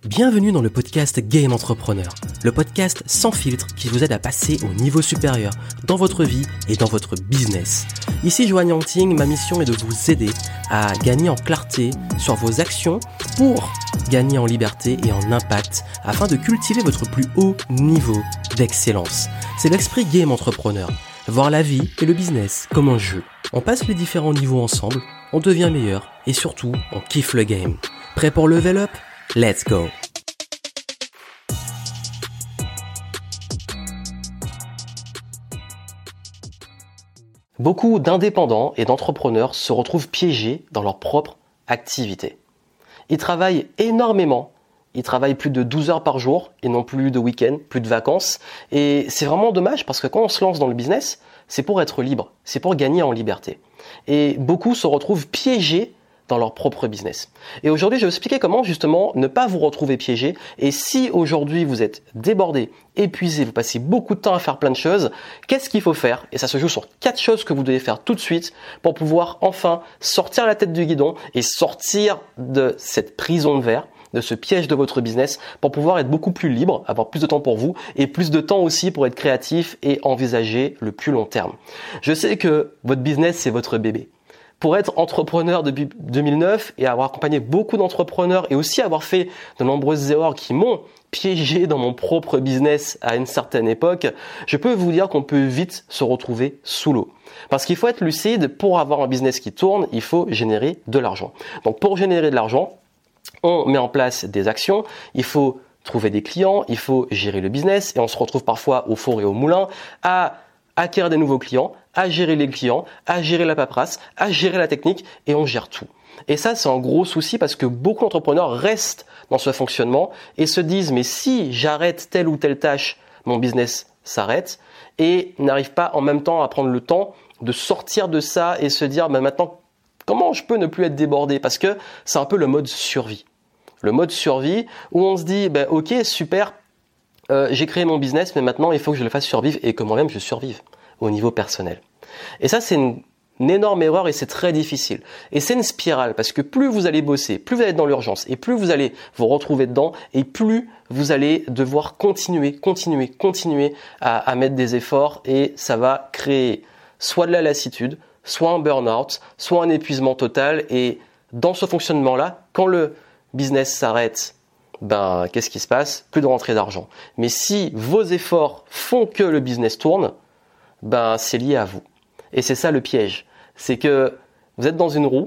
Bienvenue dans le podcast Game Entrepreneur, le podcast sans filtre qui vous aide à passer au niveau supérieur dans votre vie et dans votre business. Ici Johan Yangting, ma mission est de vous aider à gagner en clarté sur vos actions pour gagner en liberté et en impact afin de cultiver votre plus haut niveau d'excellence. C'est l'esprit Game Entrepreneur, voir la vie et le business comme un jeu. On passe les différents niveaux ensemble, on devient meilleur et surtout on kiffe le game. Prêt pour level up ? Let's go! Beaucoup d'indépendants et d'entrepreneurs se retrouvent piégés dans leur propre activité. Ils travaillent énormément, ils travaillent plus de 12 heures par jour et non plus de week-end, plus de vacances. Et c'est vraiment dommage parce que quand on se lance dans le business, c'est pour être libre, c'est pour gagner en liberté. Et beaucoup se retrouvent piégés dans leur propre business. Et aujourd'hui, je vais vous expliquer comment justement ne pas vous retrouver piégé. Et si aujourd'hui vous êtes débordé, épuisé, vous passez beaucoup de temps à faire plein de choses, qu'est-ce qu'il faut faire? Et ça se joue sur 4 choses que vous devez faire tout de suite pour pouvoir enfin sortir la tête du guidon et sortir de cette prison de verre, de ce piège de votre business pour pouvoir être beaucoup plus libre, avoir plus de temps pour vous et plus de temps aussi pour être créatif et envisager le plus long terme. Je sais que votre business, c'est votre bébé. Pour être entrepreneur depuis 2009 et avoir accompagné beaucoup d'entrepreneurs et aussi avoir fait de nombreuses erreurs qui m'ont piégé dans mon propre business à une certaine époque, je peux vous dire qu'on peut vite se retrouver sous l'eau. Parce qu'il faut être lucide, pour avoir un business qui tourne, il faut générer de l'argent. Donc pour générer de l'argent, on met en place des actions, il faut trouver des clients, il faut gérer le business et on se retrouve parfois au four et au moulin à acquérir des nouveaux clients, à gérer les clients, à gérer la paperasse, à gérer la technique et on gère tout. Et ça, c'est un gros souci parce que beaucoup d'entrepreneurs restent dans ce fonctionnement et se disent mais si j'arrête telle ou telle tâche, mon business s'arrête et n'arrivent pas en même temps à prendre le temps de sortir de ça et se dire maintenant comment je peux ne plus être débordé parce que c'est un peu le mode survie. Le mode survie où on se dit ok super, j'ai créé mon business, mais maintenant il faut que je le fasse survivre et que moi-même je survive au niveau personnel. Et ça, c'est une énorme erreur et c'est très difficile. Et c'est une spirale parce que plus vous allez bosser, plus vous allez être dans l'urgence et plus vous allez vous retrouver dedans et plus vous allez devoir continuer à mettre des efforts et ça va créer soit de la lassitude, soit un burn-out, soit un épuisement total. Et dans ce fonctionnement-là, quand le business s'arrête, qu'est-ce qui se passe? Plus de rentrée d'argent. Mais si vos efforts font que le business tourne, c'est lié à vous. Et c'est ça le piège. C'est que vous êtes dans une roue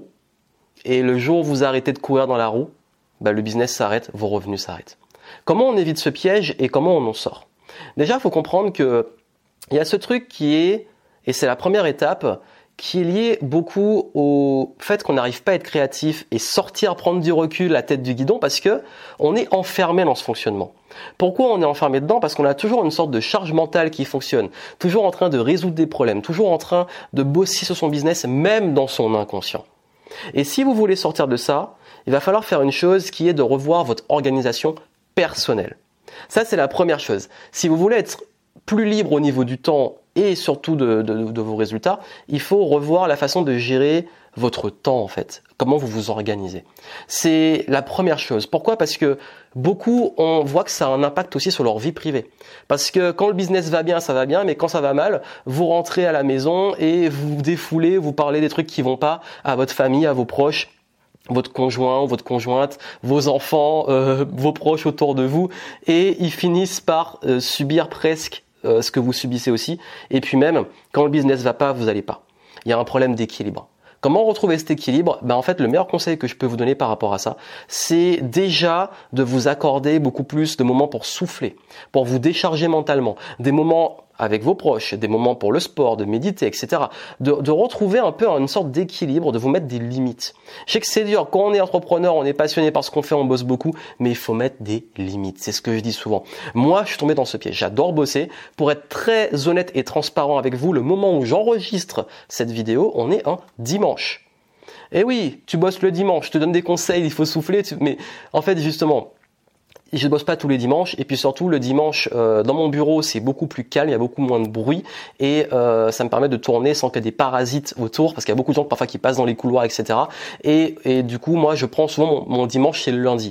et le jour où vous arrêtez de courir dans la roue, le business s'arrête, vos revenus s'arrêtent. Comment on évite ce piège et comment on en sort? Déjà, il faut comprendre que il y a ce truc et c'est la première étape, qui est lié beaucoup au fait qu'on n'arrive pas à être créatif et sortir, prendre du recul, la tête du guidon, parce que on est enfermé dans ce fonctionnement. Pourquoi on est enfermé dedans? Parce qu'on a toujours une sorte de charge mentale qui fonctionne, toujours en train de résoudre des problèmes, toujours en train de bosser sur son business, même dans son inconscient. Et si vous voulez sortir de ça, il va falloir faire une chose qui est de revoir votre organisation personnelle. Ça, c'est la première chose. Si vous voulez être plus libre au niveau du temps et surtout de vos résultats, il faut revoir la façon de gérer votre temps en fait. Comment vous vous organisez. C'est la première chose. Pourquoi? Parce que beaucoup, on voit que ça a un impact aussi sur leur vie privée. Parce que quand le business va bien, ça va bien, mais quand ça va mal, vous rentrez à la maison et vous vous défoulez, vous parlez des trucs qui vont pas à votre famille, à vos proches, votre conjoint ou votre conjointe, vos enfants, vos proches autour de vous, et ils finissent par subir presque ce que vous subissez aussi. Et puis même, quand le business va pas, vous allez pas. Il y a un problème d'équilibre. Comment retrouver cet équilibre? En fait, le meilleur conseil que je peux vous donner par rapport à ça, c'est déjà de vous accorder beaucoup plus de moments pour souffler, pour vous décharger mentalement, des moments avec vos proches, des moments pour le sport, de méditer, etc. De retrouver un peu une sorte d'équilibre, de vous mettre des limites. Je sais que c'est dur. Quand on est entrepreneur, on est passionné par ce qu'on fait, on bosse beaucoup, mais il faut mettre des limites. C'est ce que je dis souvent. Moi, je suis tombé dans ce piège. J'adore bosser. Pour être très honnête et transparent avec vous, le moment où j'enregistre cette vidéo, on est un dimanche. Et oui, tu bosses le dimanche, je te donne des conseils, il faut souffler, mais en fait, justement, je ne bosse pas tous les dimanches et puis surtout le dimanche dans mon bureau c'est beaucoup plus calme, il y a beaucoup moins de bruit et ça me permet de tourner sans qu'il y ait des parasites autour parce qu'il y a beaucoup de gens parfois qui passent dans les couloirs etc. Et du coup moi je prends souvent mon dimanche c'est le lundi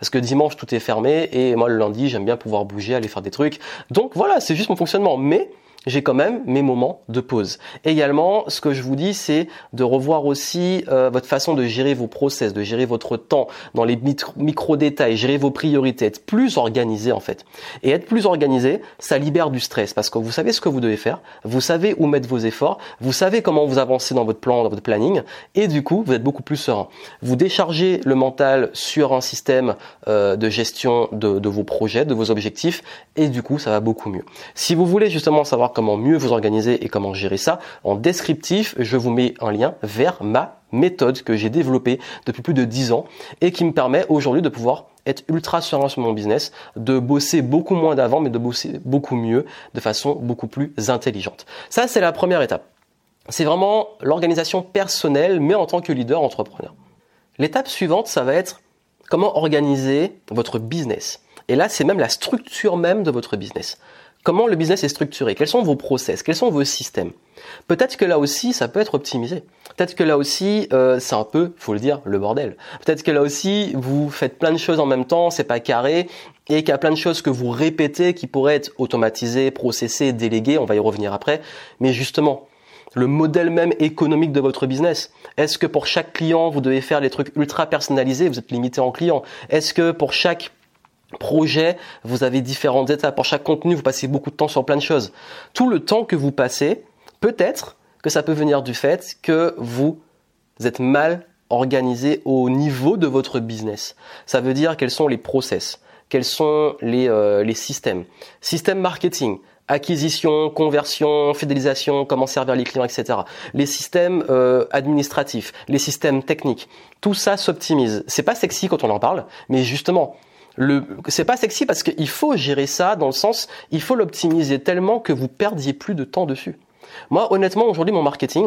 parce que dimanche tout est fermé et moi le lundi j'aime bien pouvoir bouger, aller faire des trucs. Donc voilà, c'est juste mon fonctionnement. Mais j'ai quand même mes moments de pause. Également, ce que je vous dis, c'est de revoir aussi votre façon de gérer vos process, de gérer votre temps dans les micro-détails, gérer vos priorités, être plus organisé en fait. Et être plus organisé, ça libère du stress parce que vous savez ce que vous devez faire, vous savez où mettre vos efforts, vous savez comment vous avancez dans votre plan, dans votre planning, et du coup, vous êtes beaucoup plus serein. Vous déchargez le mental sur un système de gestion de vos projets, de vos objectifs, et du coup, ça va beaucoup mieux. Si vous voulez justement savoir comment mieux vous organiser et comment gérer ça, en descriptif, je vous mets un lien vers ma méthode que j'ai développée depuis plus de 10 ans et qui me permet aujourd'hui de pouvoir être ultra serein sur mon business, de bosser beaucoup moins d'avant, mais de bosser beaucoup mieux, de façon beaucoup plus intelligente. Ça, c'est la première étape. C'est vraiment l'organisation personnelle, mais en tant que leader entrepreneur. L'étape suivante, ça va être comment organiser votre business. Et là, c'est même la structure même de votre business. Comment le business est structuré? Quels sont vos process? Quels sont vos systèmes? Peut-être que là aussi, ça peut être optimisé. Peut-être que là aussi, c'est un peu, faut le dire, le bordel. Peut-être que là aussi, vous faites plein de choses en même temps, c'est pas carré, et qu'il y a plein de choses que vous répétez qui pourraient être automatisées, processées, déléguées. On va y revenir après. Mais justement, le modèle même économique de votre business. Est-ce que pour chaque client, vous devez faire des trucs ultra personnalisés? Vous êtes limité en clients. Est-ce que pour chaque projet, vous avez différentes étapes. Pour chaque contenu, vous passez beaucoup de temps sur plein de choses. Tout le temps que vous passez, peut-être que ça peut venir du fait que vous êtes mal organisé au niveau de votre business. Ça veut dire quels sont les process, quels sont les systèmes. Système marketing, acquisition, conversion, fidélisation, comment servir les clients, etc. Les systèmes administratifs, les systèmes techniques. Tout ça s'optimise. C'est pas sexy quand on en parle, mais justement, c'est pas sexy parce qu'il faut gérer ça dans le sens, il faut l'optimiser tellement que vous perdiez plus de temps dessus. Moi, honnêtement, aujourd'hui, mon marketing,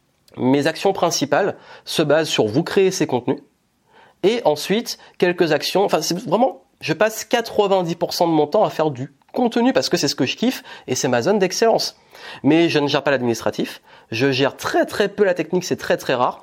mes actions principales se basent sur vous créer ces contenus et ensuite quelques actions. Enfin, c'est vraiment, je passe 90% de mon temps à faire du contenu parce que c'est ce que je kiffe et c'est ma zone d'excellence. Mais je ne gère pas l'administratif, je gère très très peu la technique, c'est très très rare.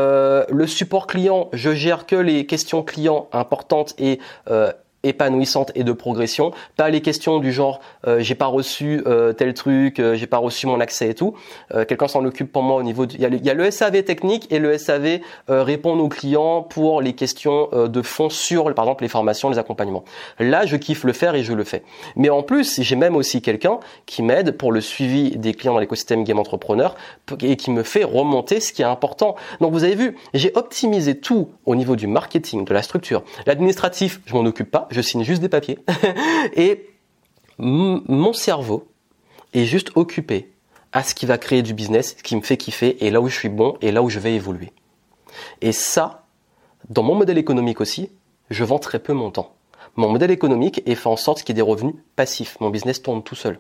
Le support client, je gère que les questions clients importantes et épanouissantes et de progression, pas les questions du genre j'ai pas reçu tel truc, j'ai pas reçu mon accès et tout. Quelqu'un s'en occupe pour moi au niveau il y a le SAV technique et le SAV répondre aux clients pour les questions de fond sur par exemple les formations, les accompagnements. Là, je kiffe le faire et je le fais. Mais en plus, j'ai même aussi quelqu'un qui m'aide pour le suivi des clients dans l'écosystème Game Entrepreneur et qui me fait remonter ce qui est important. Donc vous avez vu, j'ai optimisé tout au niveau du marketing, de la structure. L'administratif, je m'en occupe pas, je signe juste des papiers. Et mon cerveau est juste occupé à ce qui va créer du business, ce qui me fait kiffer et là où je suis bon et là où je vais évoluer. Et ça, dans mon modèle économique aussi, je vends très peu mon temps. Mon modèle économique est fait en sorte qu'il y ait des revenus passifs. Mon business tourne tout seul.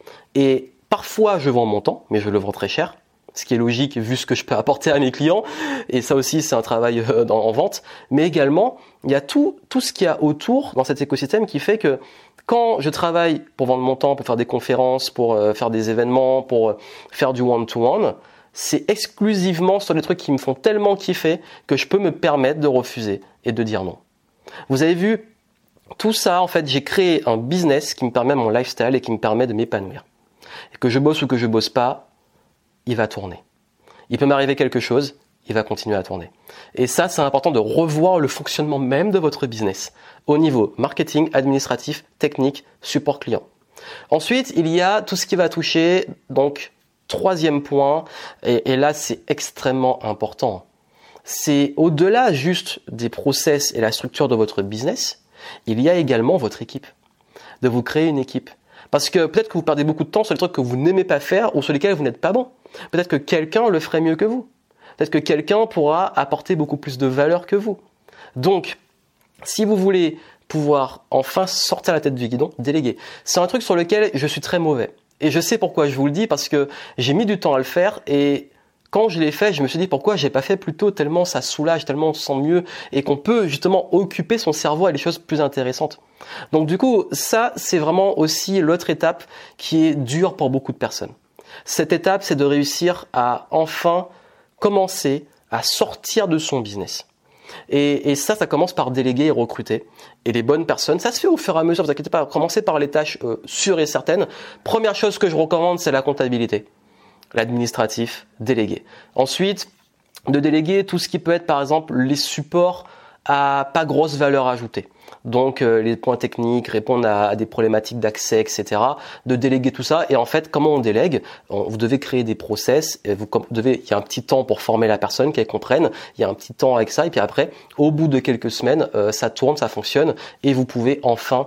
Et parfois, je vends mon temps, mais je le vends très cher. Ce qui est logique vu ce que je peux apporter à mes clients. Et ça aussi, c'est un travail en vente. Mais également, il y a tout ce qu'il y a autour dans cet écosystème qui fait que quand je travaille pour vendre mon temps, pour faire des conférences, pour faire des événements, pour faire du one-to-one, c'est exclusivement sur les trucs qui me font tellement kiffer que je peux me permettre de refuser et de dire non. Vous avez vu, tout ça, en fait, j'ai créé un business qui me permet mon lifestyle et qui me permet de m'épanouir. Et que je bosse ou que je bosse pas, il va tourner. Il peut m'arriver quelque chose, il va continuer à tourner. Et ça, c'est important de revoir le fonctionnement même de votre business au niveau marketing, administratif, technique, support client. Ensuite, il y a tout ce qui va toucher, donc, troisième point, et là, c'est extrêmement important. C'est au-delà juste des process et la structure de votre business, il y a également votre équipe. De vous créer une équipe. Parce que peut-être que vous perdez beaucoup de temps sur les trucs que vous n'aimez pas faire ou sur lesquels vous n'êtes pas bon. Peut-être que quelqu'un le ferait mieux que vous. Peut-être que quelqu'un pourra apporter beaucoup plus de valeur que vous. Donc, si vous voulez pouvoir enfin sortir la tête du guidon, déléguer. C'est un truc sur lequel je suis très mauvais. Et je sais pourquoi je vous le dis, parce que j'ai mis du temps à le faire et quand je l'ai fait, je me suis dit pourquoi j'ai pas fait plus tôt, tellement ça soulage, tellement on se sent mieux et qu'on peut justement occuper son cerveau à des choses plus intéressantes. Donc du coup, ça, c'est vraiment aussi l'autre étape qui est dure pour beaucoup de personnes. Cette étape, c'est de réussir à enfin commencer à sortir de son business. Et ça commence par déléguer et recruter. Et les bonnes personnes, ça se fait au fur et à mesure, vous inquiétez pas, commencez par les tâches sûres et certaines. Première chose que je recommande, c'est la comptabilité, l'administratif, déléguer. Ensuite, de déléguer tout ce qui peut être par exemple les supports à pas grosse valeur ajoutée. Donc les points techniques, répondre à des problématiques d'accès, etc. De déléguer tout ça. Et en fait, comment on délègue ? Vous devez créer des process. Et il y a un petit temps pour former la personne, qu'elle comprenne. Il y a un petit temps avec ça. Et puis après, au bout de quelques semaines, ça tourne, ça fonctionne. Et vous pouvez enfin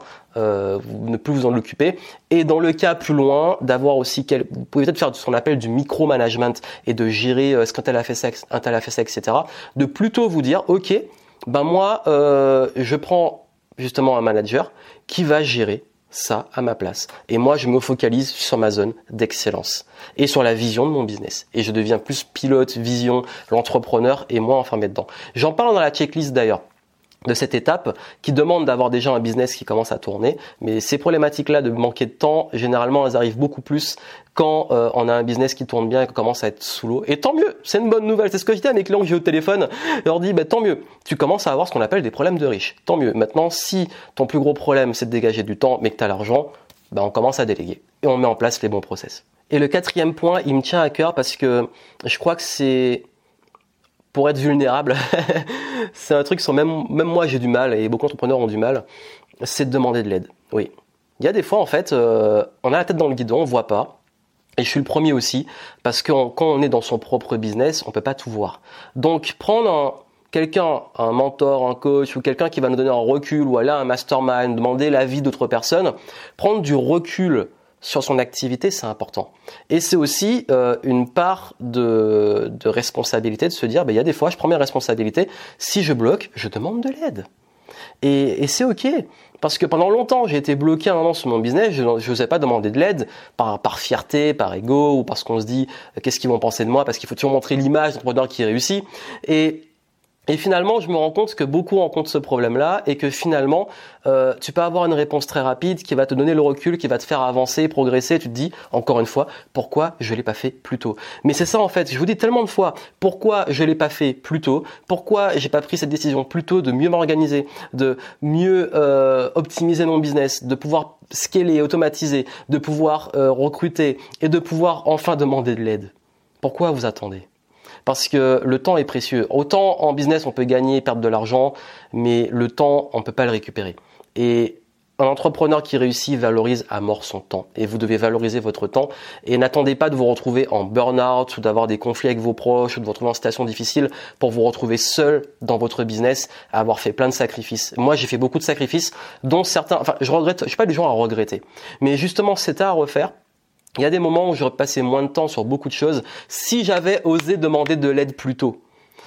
ne plus vous en occuper. Et dans le cas plus loin, d'avoir aussi, vous pouvez peut-être faire ce qu'on appelle du micromanagement et de gérer ce qu'un tel a fait ça, un tel a fait ça, etc. De plutôt vous dire, ok, moi, je prends justement un manager qui va gérer ça à ma place. Et moi, je me focalise sur ma zone d'excellence et sur la vision de mon business. Et je deviens plus pilote, vision, l'entrepreneur et moi enfermé dedans. J'en parle dans la checklist d'ailleurs de cette étape qui demande d'avoir déjà un business qui commence à tourner. Mais ces problématiques-là de manquer de temps, généralement, elles arrivent beaucoup plus quand on a un business qui tourne bien et qu'on commence à être sous l'eau. Et tant mieux, c'est une bonne nouvelle. C'est ce que je dis à mes clients que j'ai au téléphone. Je leur dis, tant mieux, tu commences à avoir ce qu'on appelle des problèmes de riches. Tant mieux. Maintenant, si ton plus gros problème, c'est de dégager du temps, mais que tu as l'argent, on commence à déléguer. Et on met en place les bons process. Et le quatrième point, il me tient à cœur parce que je crois que c'est... Pour être vulnérable, c'est un truc sur même moi j'ai du mal et beaucoup d'entrepreneurs ont du mal, c'est de demander de l'aide. Oui. Il y a des fois en fait, on a la tête dans le guidon, on voit pas. Et je suis le premier aussi, parce que quand on est dans son propre business, on peut pas tout voir. Donc prendre un mentor, un coach ou quelqu'un qui va nous donner un recul ou aller à un mastermind, demander l'avis d'autres personnes, prendre du recul sur son activité, c'est important. Et c'est aussi une part de responsabilité de se dire, il y a des fois, je prends mes responsabilités. Si je bloque, je demande de l'aide. Et c'est ok. Parce que pendant longtemps, j'ai été bloqué un moment sur mon business. Je n'osais pas demander de l'aide par fierté, par ego ou parce qu'on se dit qu'est-ce qu'ils vont penser de moi, parce qu'il faut toujours montrer l'image d'entrepreneur qui réussit. Et finalement, je me rends compte que beaucoup rencontrent ce problème-là et que finalement, tu peux avoir une réponse très rapide qui va te donner le recul, qui va te faire avancer, progresser. Tu te dis, encore une fois, pourquoi je l'ai pas fait plus tôt ? Mais c'est ça en fait, je vous dis tellement de fois, pourquoi je l'ai pas fait plus tôt ? Pourquoi j'ai pas pris cette décision plus tôt de mieux m'organiser, de mieux optimiser mon business, de pouvoir scaler, automatiser, de pouvoir recruter et de pouvoir enfin demander de l'aide ? Pourquoi vous attendez ? Parce que le temps est précieux. Autant en business, on peut gagner, perdre de l'argent, mais le temps, on ne peut pas le récupérer. Et un entrepreneur qui réussit valorise à mort son temps. Et vous devez valoriser votre temps. Et n'attendez pas de vous retrouver en burn-out ou d'avoir des conflits avec vos proches ou de vous retrouver en situation difficile pour vous retrouver seul dans votre business à avoir fait plein de sacrifices. Moi, j'ai fait beaucoup de sacrifices, dont certains... je suis pas des gens à regretter. Mais justement, c'est à refaire. Il y a des moments où j'aurais passé moins de temps sur beaucoup de choses si j'avais osé demander de l'aide plus tôt.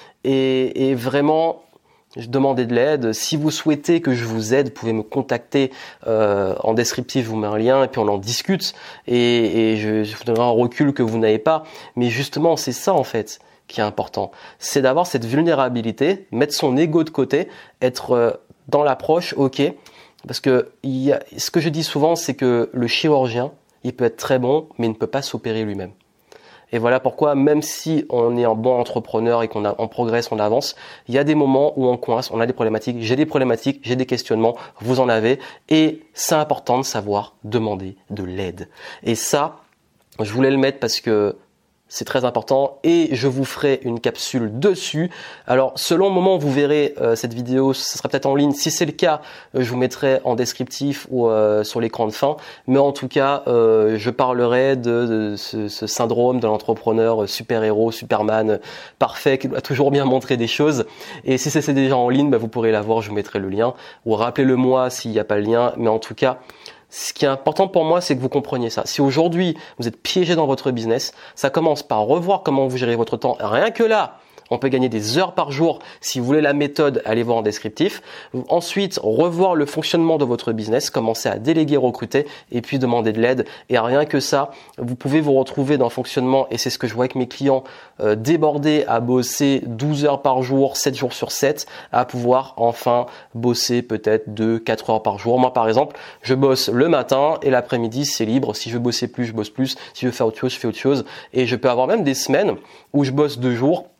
Et vraiment, je demandais de l'aide. Si vous souhaitez que je vous aide, vous pouvez me contacter en descriptif, je vous mets un lien et puis on en discute. Et je vous donnerai un recul que vous n'avez pas. Mais justement, c'est ça en fait qui est important. C'est d'avoir cette vulnérabilité, mettre son ego de côté, être dans l'approche, ok. Parce que ce que je dis souvent, c'est que le chirurgien, il peut être très bon, mais il ne peut pas s'opérer lui-même. Et voilà pourquoi, même si on est un bon entrepreneur et qu'on progresse, on avance, il y a des moments où on coince, on a des problématiques, j'ai des questionnements, vous en avez, et c'est important de savoir demander de l'aide. Et ça, je voulais le mettre parce que c'est très important et je vous ferai une capsule dessus. Alors, selon le moment où vous verrez cette vidéo, ce sera peut-être en ligne. Si c'est le cas, je vous mettrai en descriptif ou sur l'écran de fin. Mais en tout cas, je parlerai de ce syndrome de l'entrepreneur super-héros, Superman, parfait, qui doit toujours bien montrer des choses. Et si c'est déjà en ligne, vous pourrez la voir, je vous mettrai le lien. Ou rappelez-le moi s'il n'y a pas le lien. Mais en tout cas, ce qui est important pour moi, c'est que vous compreniez ça. Si aujourd'hui, vous êtes piégé dans votre business, ça commence par revoir comment vous gérez votre temps. Rien que là, on peut gagner des heures par jour. Si vous voulez la méthode, allez voir en descriptif. Ensuite, revoir le fonctionnement de votre business, commencer à déléguer, recruter et puis demander de l'aide. Et rien que ça, vous pouvez vous retrouver dans le fonctionnement, et c'est ce que je vois avec mes clients, débordés à bosser 12 heures par jour, 7 jours sur 7, à pouvoir enfin bosser peut-être 2-4 heures par jour. Moi, par exemple, je bosse le matin et l'après-midi, c'est libre. Si je veux bosser plus, je bosse plus. Si je veux faire autre chose, je fais autre chose. Et je peux avoir même des semaines où je bosse 2 jours.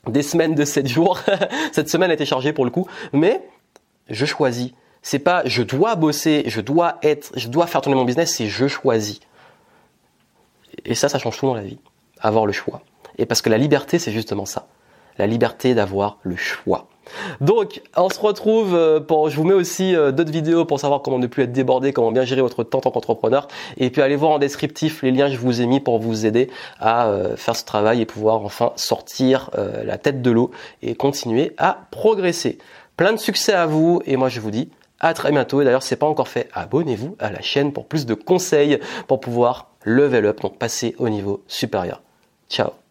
des semaines de 7 jours. Cette semaine a été chargée pour le coup, mais je choisis. C'est pas je dois bosser, je dois faire tourner mon business, c'est je choisis. Et ça change tout dans la vie. Avoir le choix. Et parce que la liberté, c'est justement ça. La liberté d'avoir le choix. Donc, on se retrouve je vous mets aussi d'autres vidéos pour savoir comment ne plus être débordé, comment bien gérer votre temps en tant qu'entrepreneur. Et puis, allez voir en descriptif les liens que je vous ai mis pour vous aider à faire ce travail et pouvoir enfin sortir la tête de l'eau et continuer à progresser. Plein de succès à vous et moi, je vous dis à très bientôt. Et d'ailleurs, si ce n'est pas encore fait, abonnez-vous à la chaîne pour plus de conseils pour pouvoir level up, donc passer au niveau supérieur. Ciao.